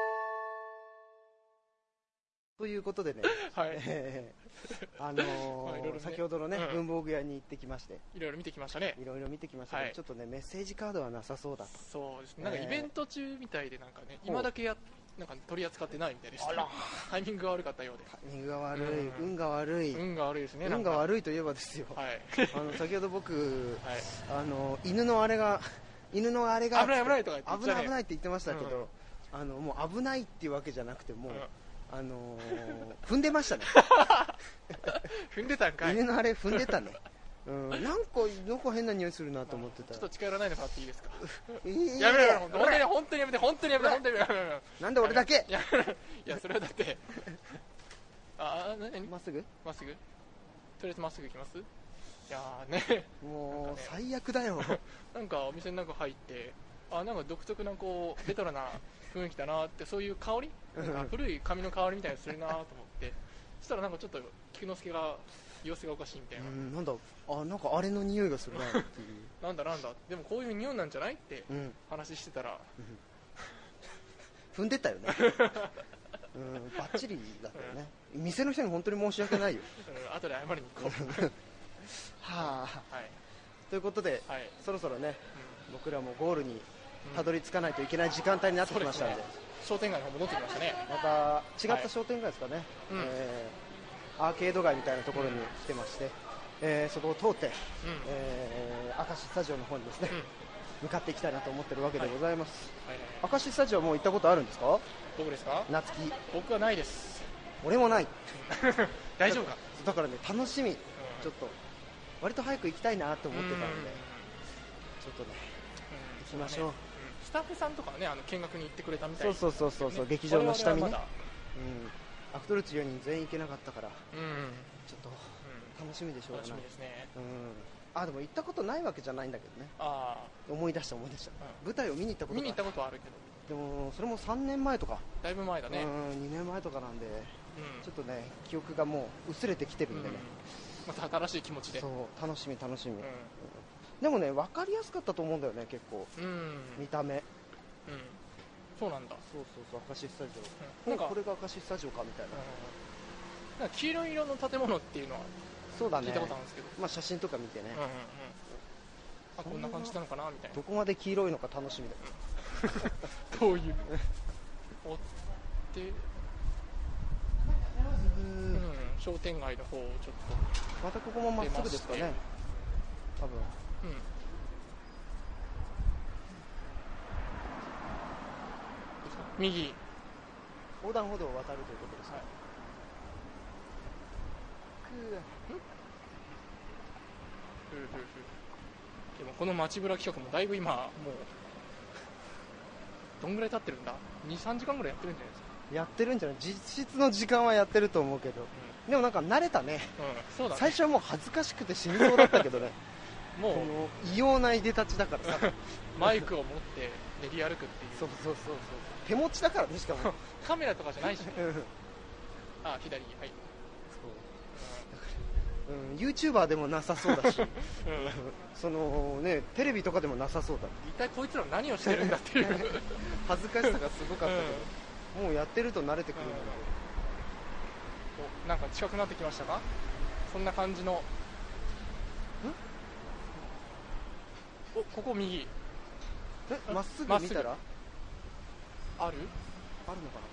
ということでね、はい、えー、あのーまあいろいろね、先ほどのね、うん、文房具屋に行ってきまして、 いろいろ見てきましたね。 いろいろ見てきましたけど、はい、ちょっとねメッセージカードはなさそうだと。 そうですね。なんかイベント中みたいでなんかね、今だけやなんか取り扱ってないみたいでした。タイミングが悪かったようで。 タイミングが悪い、うん、運が悪い。 運が悪いですね。 運が悪いといえばですよ。 はい。 あの先ほど僕、はい、あの犬のあれが犬のあれが危ない危ないとか言って、 ね、危ない危ないって言ってましたけど、うん、あのもう危ないっていうわけじゃなくてもう。うん、あのー、踏んでましたね。 踏んでたんかい。 犬のあれ踏んでたね。うん、なんかどこ変な匂いするなと思ってたら、 ちょっと近寄らないでもらっていいですか。えー、やめろやめろ、本当に本当にやめて、本当にやめて、本当にやめろ。 なんで俺だけ。 いやいやそれはだってああ何まっすぐまっすぐとりあえずまっすぐ行きます。いやーね、 もう、ね、最悪だよ。 なんかお店の中入ってあ、なんか独特なこうレトロな雰囲気だなって、そういう香り、なんか古い紙の香りみたいにするなと思ってそしたらなんかちょっと菊之助が様子がおかしいみたいな、 うんなんだあなんかあれの匂いがするなっていうなんだなんだでもこういう匂いなんじゃないってうん話してたら、 踏んでったよねうんバッチリだったよね、店の人に本当に申し訳ないようん、後で謝りに行こうはあはい、 ということで、 はい、 そろそろねう僕らもゴールにんたどり着かないといけない時間帯になってきましたんで、 そうですね、商店街の方戻ってきましたね。 また違った商店街ですかね、 うんえーアーケード街みたいなところに来てまして、えーそこを通って、 うんえー、明石スタジオの方にですね、 うん向かっていきたいなと思ってるわけでございます、 はいはいはい、 明石スタジオもう行ったことあるんですか？ 僕ですか？ 夏希僕はないです俺もない大丈夫か、 だからね楽しみ、 うんちょっと割と早く行きたいなと思ってたんで、 うんちょっとねうん行きましょう、 うんスタッフさんとかはね、あの見学に行ってくれたみたいそうそうそうそうそう、劇場の下見ね、 我々はうん、アクトルーツよにん全員行けなかったからまだうん、 ちょっとうん楽しみでしょうが楽しないみですね。 うん、あでも行ったことないわけじゃないんだけどね、 あ思い出した思い出した、 うん舞台を見に行ったあ、 ことが見に行ったことはあるけど、 でもそれもさんねんまえとか、 だいぶ前だね。 うんにねんまえとかなんで、 うんちょっとね記憶がもう薄れてきてるんでね、 うんまた新しい気持ちで。 そう楽しみ楽しみ、 うでもね分かりやすかったと思うんだよね結構ん、うん、 見た目、 うん、そうなんだ。 そうそうそう明石スタジオ、 うんなんかこれが明石スタジオかみたいな、 うんなんか黄色い色の建物っていうのはそうだね聞いたことあるんですけど、 まあ写真とか見てね、 うんうんうん、あこんな感じなのかなみたいな。 どこまで黄色いのか楽しみだよどういう追って、うん、商店街の方をちょっまたここもまっすぐですかね多分。 と、うん、右、 横断歩道を渡るということですね、 はいふうふうふうでもこの街ブラ企画もだいぶ今もうどんぐらい経ってるんだ、にさんじかんぐらいやってるんじゃないですか。 やってるんじゃない、実質の時間はやってると思うけど、でもなんか慣れたね、 うん、そうだね。 最初はもう恥ずかしくて死にそうだったけどねもうこの異様ないでたちだからさマイクを持って練り歩くっていうそうそうそうそう手持ちだからねしかもカメラとかじゃないしね。 うんそうあ、左、はい。 うん、YouTuber でもなさそうだしうんうんそのねテレビとかでもなさそうだ一体こいつら何をしてるんだっていう恥ずかしさがすごかったけど、もうやってると慣れてくるので、 おなんか近くなってきましたか。そんな感じのおここ右えまっすぐまっすぐ見たらあるあるのか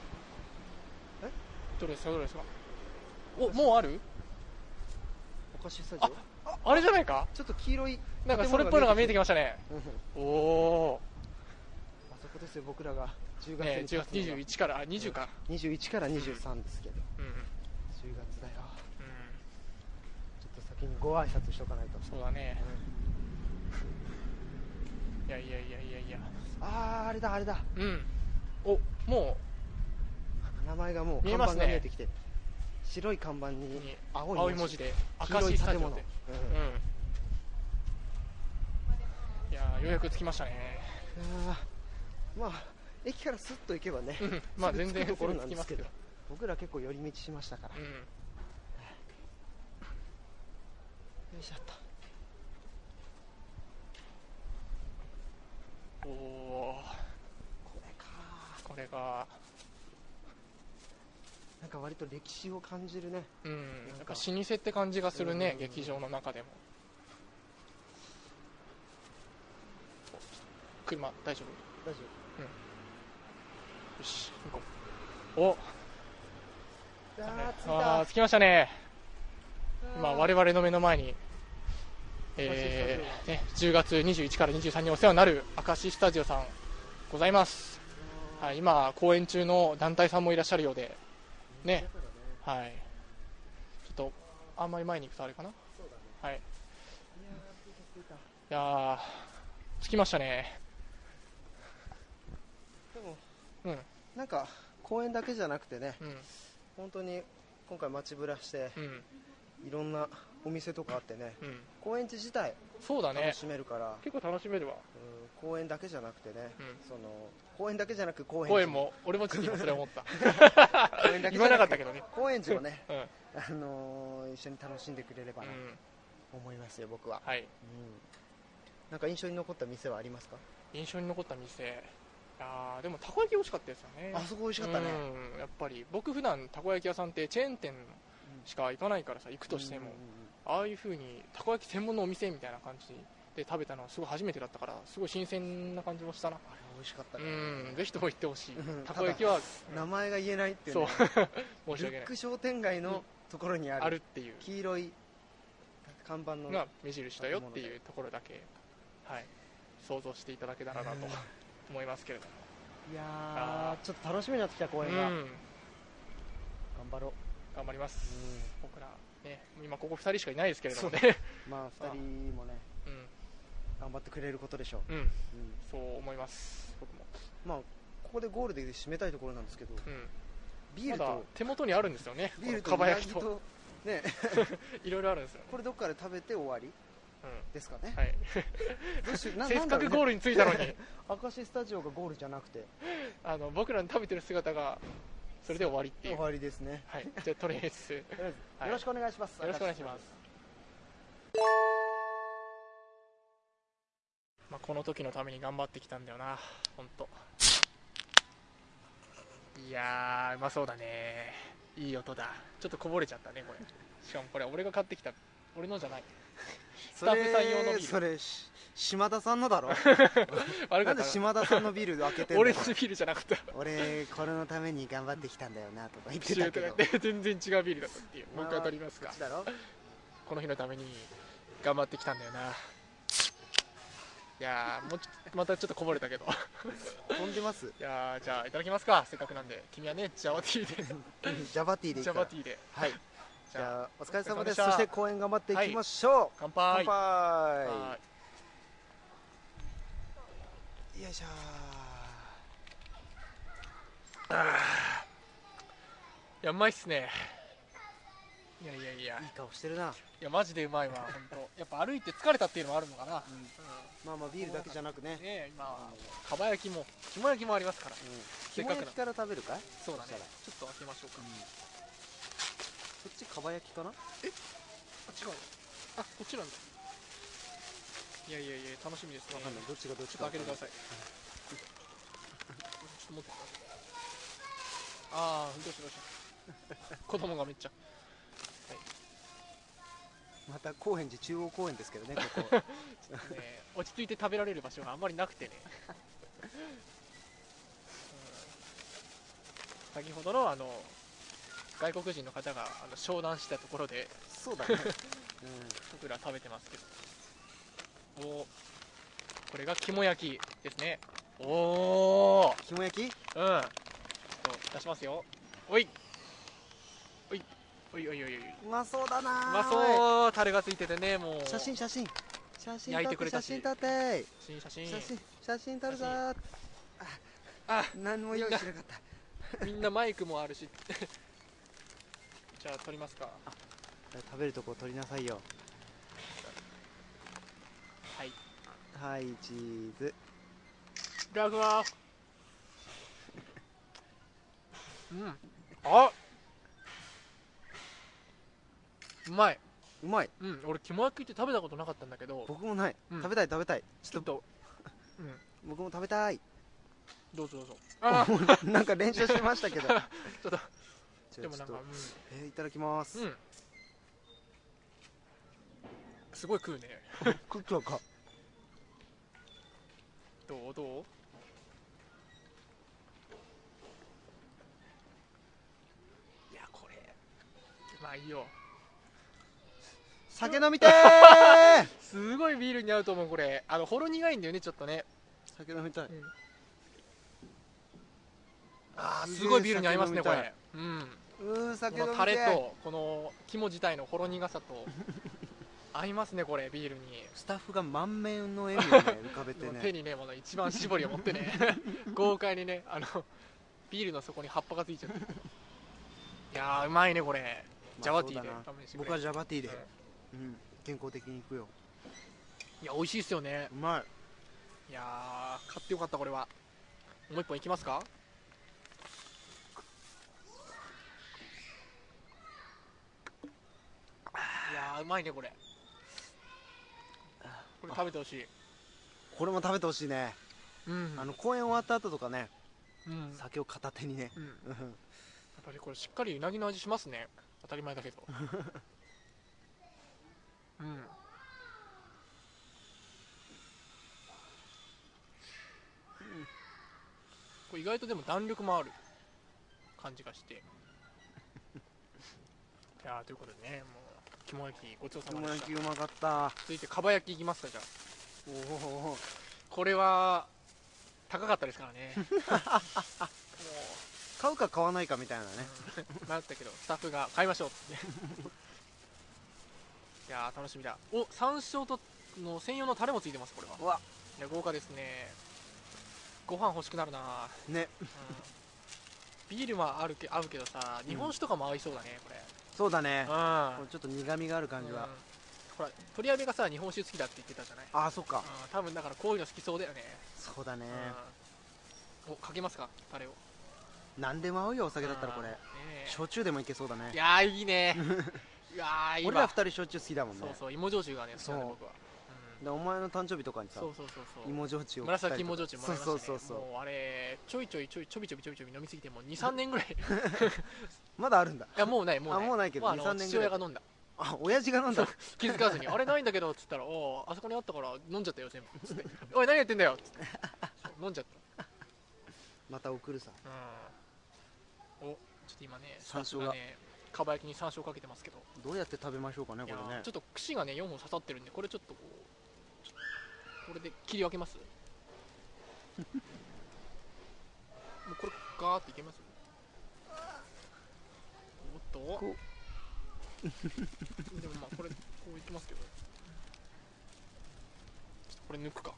どれですかどれですか。おもうあるな、おかしいスタジオ、 ああれじゃないか。 ちょっと黄色いなんかそれっぽいのが見えてきまましたね。 す、 おおあそこですよ僕らがじゅうがつねにじゅうがつにじゅういちからあにじゅうか。 にじゅういちからにじゅうさんですけど、 うんうんじゅうがつだよ、ちょっと先にご挨拶しとかないと、 そうだね。いやいやいやいやいや。 あーあれだあれだ、 うんおも名前がもう看板見えますねが見えてきて、白い看板うにに青い青い文字で黄色い明石スタジ建物、 オでうんうんいやーようやく着きましたね。 あーまあ駅からスッと行けばね、 うんまあ全然すぐ着くところなんですけどすぐ着きますけど、 僕ら結構寄り道しましたから、ようんいしょっと、 おおこれか、 これがなんか割と歴史を感じるね、 うんなんか老舗って感じがするね、 うん劇場の中でも。車大丈夫大丈よし行こう。お夫、あー着いたあー着きましたね。今我 々 々の目の前に、えーね、じゅうがつにじゅういちからにじゅうさんにお世話になる明石スタジオさんございます、はい、今公演中の団体さんもいらっしゃるようでね、はい、ちょっとあんまり前に行くとあれかな、はい、いやー着きましたね。 でもうんなんか公園だけじゃなくてね、 うん本当に今回街ぶらして、 うんいろんなお店とかあってね、 うん、 高円寺自体そうだね、 楽しめるから、 結構楽しめるわ、 うん、公園だけじゃなくてね、 うん、 その公園だけじゃなく高円寺公園も俺もちょっと今それ思った公園だけじゃなく言わなかったけどね、 高円寺もね、 うん、 あのー、一緒に楽しんでくれればなと思いますよ、僕は。はい、うん、なんか印象に残った店はありますか？ 印象に残った店、あでもたこ焼き美味しかったですよね。 あそこ美味しかったね。 うん、やっぱり僕普段たこ焼き屋さんってチェーン店しか行かないからさ、行くとしても、ああいう風にたこ焼き専門のお店みたいな感じで食べたのはすごい初めてだったから、すごい新鮮な感じもしたな。あれ美味しかったね。 うん、ぜひとも行ってほしい。たこ焼きは名前が言えないっていう、ね、 そう申し訳ない。 ルック商店街のところにある、 あるっていう黄色い看板のが目印だよっていうところだけ、はい、想像していただけたらなと思いますけれども。 いやー、ちょっと楽しみになってきた公演が、うん、頑張ろう。 頑張ります、うん、僕ら、ね、今ここふたりしかいないですけれどもねまあふたりもね、うん、頑張ってくれることでしょう、うんうん、そう思います僕も。 まあここでゴールで締めたいところなんですけど、うん、ビールと、 ま、だ手元にあるんですよね、 ビールとかば焼きとねいろいろあるんですよ、ね、 これどっかで食べて終わりですかね、 はい、せっかくゴールに着いたのに明石スタジオがゴールじゃなくて、 あの僕らの食べてる姿がそれで終わりっていう。 終わりですね。 はい、じゃあとりあえずよろしくお願いします。 よろしくお願いします。まあこの時のために頑張ってきたんだよな、本当。いやーうまそうだね。いい音だ。ちょっとこぼれちゃったねこれ。しかもこれ俺が買ってきた、俺のじゃない。スタッフさん用のビール。 それ島田さんのだろなんで島田さんのビール開けてんの？ 俺のビールじゃなくて俺これのために頑張ってきたんだよなとか言ってたけど全然違うビールだったっていう。もう一回当たりますか。この日のために頑張ってきたんだよな。いやーもうまたちょっとこぼれたけど飛んでます。いやーじゃあいただきますか、せっかくなんで。君はねジャワティーでジャバティーでいいか。 ジャバティーで、 はい。じゃあお疲れ様です。そして公演頑張っていきましょう。はい、 乾杯。 乾杯。よいしょー。あいやうまいっすね。いやいやいやいい顔してるな。 いやマジでうまいわ本当。やっぱ歩いて疲れたっていうのもあるのかな、うんうん、 まあまあビールだけじゃなくね、 ね今はかば焼きも肝焼きもありますから、うん、 せっかくな。肝焼きから食べるかい。 そうだね、ちょっと開けましょうか、うん、 そっちかば焼きかな。 えあ違うあこっちなんだ。いやいやいや楽しみですね。 わかんないどっちがどっちか。ちょっと開けてください。ちょっと持ってああどうしようどうしよう子供がめっちゃ、はい、 また高円寺中央公園ですけどねここね落ち着いて食べられる場所があんまりなくてね、うん、先ほどのあの外国人の方があの商談したところでそうだね、うん、 僕ら食べてますけど、おこれが肝焼きですね。おお肝焼き。うんちょっと出しますよ。おいおいおいおいおいおい。 うまそうだな。 うまそう。タレがついててね。もう写真写真写真焼いてくれたし。 写真撮って写真写真写真写真撮るぞー。あ何も用意しなかったみんなマイクもあるしじゃあ撮りますか。 食べるとこ撮りなさいよ。 はいはいチーズ。 いただきます。うんあうまい。 うまい。 うん俺肝焼きって食べたことなかったんだけど。 僕もない、うん、食べたい食べたい。 ちょっとうん僕も食べたい。 どうぞどうぞ。 あなんか練習しましたけどちょっとでもなんか、うん、 えー、いただきます、うん、 すごい食うね食ったか。 どうどう。いやこれうまいよ。 酒飲みてーすごいビールに合うと思うこれ。あのほろ苦いんだよねちょっとね。 酒飲みたい、うん、 あーすごいビールに合いますねこれ。うんうー酒飲みたい。 このタレとこの肝自体のほろ苦さと合いますねこれビールに。 スタッフが満面の笑みを、ね、浮かべてね手にねまだ一番搾りを持ってね豪快にねあのビールの底に葉っぱがついちゃっていやーうまいねこれ。 ジャワティーでまあそうだな勘弁してくれ。 僕はジャバティーで、 うん、 うん、健康的にいくよ。 いや美味しいっすよね。 うまい。 いやー買ってよかったこれは。もう一本いきますか。いやーうまいねこれ。これ食べてほしい。 これも食べてほしいね。 うん、 あの公演終わった後とかね、 うん、 酒を片手にね、 うん、やっぱりこれしっかりうなぎの味しますね。当たり前だけど。うん。これ意外とでも弾力もある感じがして。いやーということでね、もう肝焼きごちそうさまでした。 肝焼きうまかった。 続いてかば焼きいきますか。じゃあおお、 これは高かったですからね。もう買うか買わないかみたいなね、 うん、迷ったけどスタッフが買いましょうっていやー楽しみだ。お、山椒との専用のタレもついてます。これはうわ、 いや豪華ですね。ご飯欲しくなるなね、 うん、ビールはあるけ合うけどさ、日本酒とかも合いそうだねこれ。 そうだね、 うん、 これちょっと苦みがある感じは、 うん、ほら鳥矢部がさ日本酒好きだって言ってたじゃない。 ああそっか、 うん、多分だからこういうの好きそうだよね。 そうだね、 うん、おかけますかタレを。 何でも合うよお酒だったらこれ、 ね、 焼酎でもいけそうだね。 いやーいいねいやーいいわ。 俺ら二人焼酎好きだもんね。 そうそう芋焼酎がね好きなんで僕は。 でお前の誕生日とかにさ、 そうそうそうそう芋焼酎を紫芋焼酎もらいましたね。 そうそうそうそう、 もうあれちょいちょいちょいちょびちょびちょびちょび飲みすぎてもうにさんねんぐらいまだあるんだ。 いやもうないもうないあもうないけど、 もうあのにさんねん父ぐらい。 親が飲んだ。 あ親父が飲んだ。 気づかずにあれないんだけどっつったら、おーあそこにあったから飲んじゃったよ全部つっておい何やってんだよっつってそう飲んじゃった。 また送るさ。 うんおちょっと今ね山椒がねかば焼きに山椒かけてますけど、 どうやって食べましょうかねこれね。 ちょっと串がねよんほん刺さってるんで、これちょっとこうこれで切り分けますもうこれガーっていけます。おっとこでもまあこれこういきますけど、ちょっとこれ抜くか。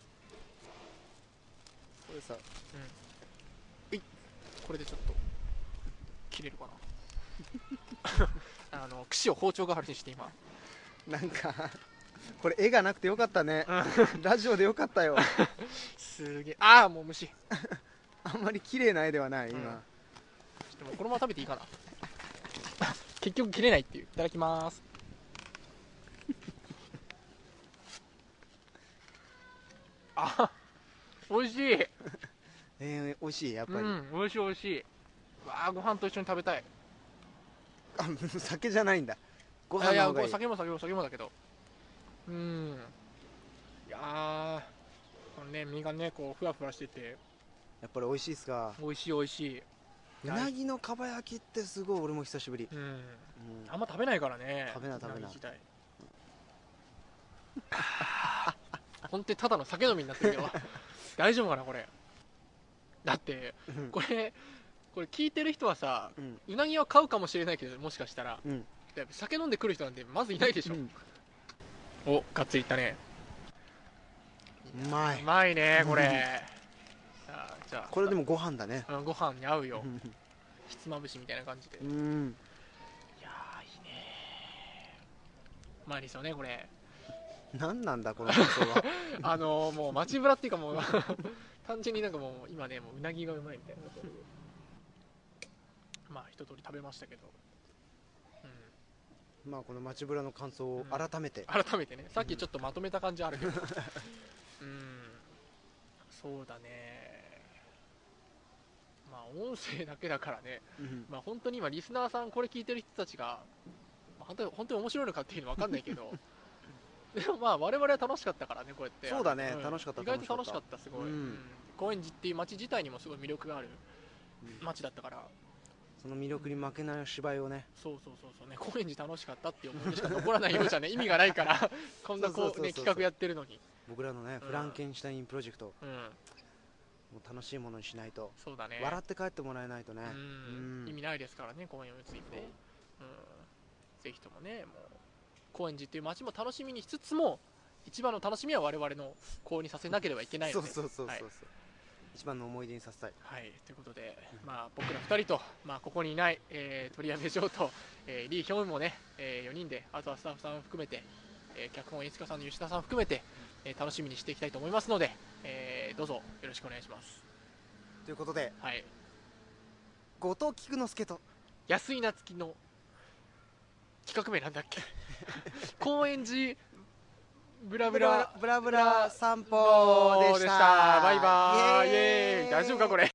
これさ、 うん、これでちょっと切れるかなあの串を包丁代わりにして今なんかこれ絵がなくてよかったねラジオでよかったよすげえ、ああもう虫あんまり綺麗な絵ではない今、 うん、ちょっともうこのまま食べていいかな結局切れないっていう。いただきます。あ美味しい。 えー、美味しいやっぱり、 うん美味しい美味しい。わあご飯と一緒に食べたい。 あ酒じゃないんだ、ご飯いやいの方がいい。 や酒も酒も酒もだけど、うんいやーこのね身がねこうふわふわしててやっぱり美味しいっすか。 美味しい美味しい。 うなぎのかば焼きってすごい俺も久しぶり、 うん、 うん、 あんま食べないからね。 食べない食べないうなぎ自体本当にただの酒飲みになってるけど大丈夫かなこれ。だってうんこれこれ聞いてる人はさ、 うんうなぎは買うかもしれないけど、もしかしたらうんで酒飲んでくる人なんてまずいないでしょ、 うん、 おがっつりいったね。 うまいうまいねこれさあじゃあこれでもご飯だね。 うんご飯に合うよ。 うんひつまぶしみたいな感じで、いうんやーいいねうまいですよねこれ何なんだこの感想はあのー、もう街ぶらっていうかもう単純になんかもう今ねもううなぎがうまいみたいなまあ一通り食べましたけど、うん、 まあこの街ぶらの感想を改めて、 改めてねさっきちょっとまとめた感じあるけどうんそうだね。まあ音声だけだからね、 うんまあ本当に今リスナーさんこれ聞いてる人たちが、まあ、本当に本当に面白いのかっていうのは分かんないけどでもまあ我々は楽しかったからねこうやって。 そうだね、 ん楽しかった意外と楽しかったすごい、 うんうん高円寺っていう街自体にもすごい魅力がある街だったから、 その魅力に負けない芝居をね、 そうそうそうそうね高円寺楽しかったっていう思い出しか残らないようじゃね意味がないからこんなこそうそうそうそううね企画やってるのに、 僕らのね、 うんフランケンシュタインプロジェクト、 うんもう楽しいものにしないと、 そうだね笑って帰ってもらえないとね、 うんうん意味ないですからね公園を打つ意味で、うん、ぜひともねもう高円寺っていう街も楽しみにしつつも一番の楽しみは我々の公にさせなければいけないので、 そうそうそうそうそう、 はい一番の思い出にさせたい。 はい、ということで、まあ、僕らふたりと、まあ、ここにいない、えー、鳥谷部長と、えー、リー・ヒョンウンもね、えー、よにんで、あとはスタッフさん含めて、えー、脚本演出家さんの吉田さん含めて、えー、楽しみにしていきたいと思いますので、えー、どうぞよろしくお願いします。 ということで、 はい、 後藤菊之助と安井夏樹の企画名なんだっけ高円寺ブラブラブラブラ散歩でした。 バイバーイ、イエーイ、大丈夫かこれ。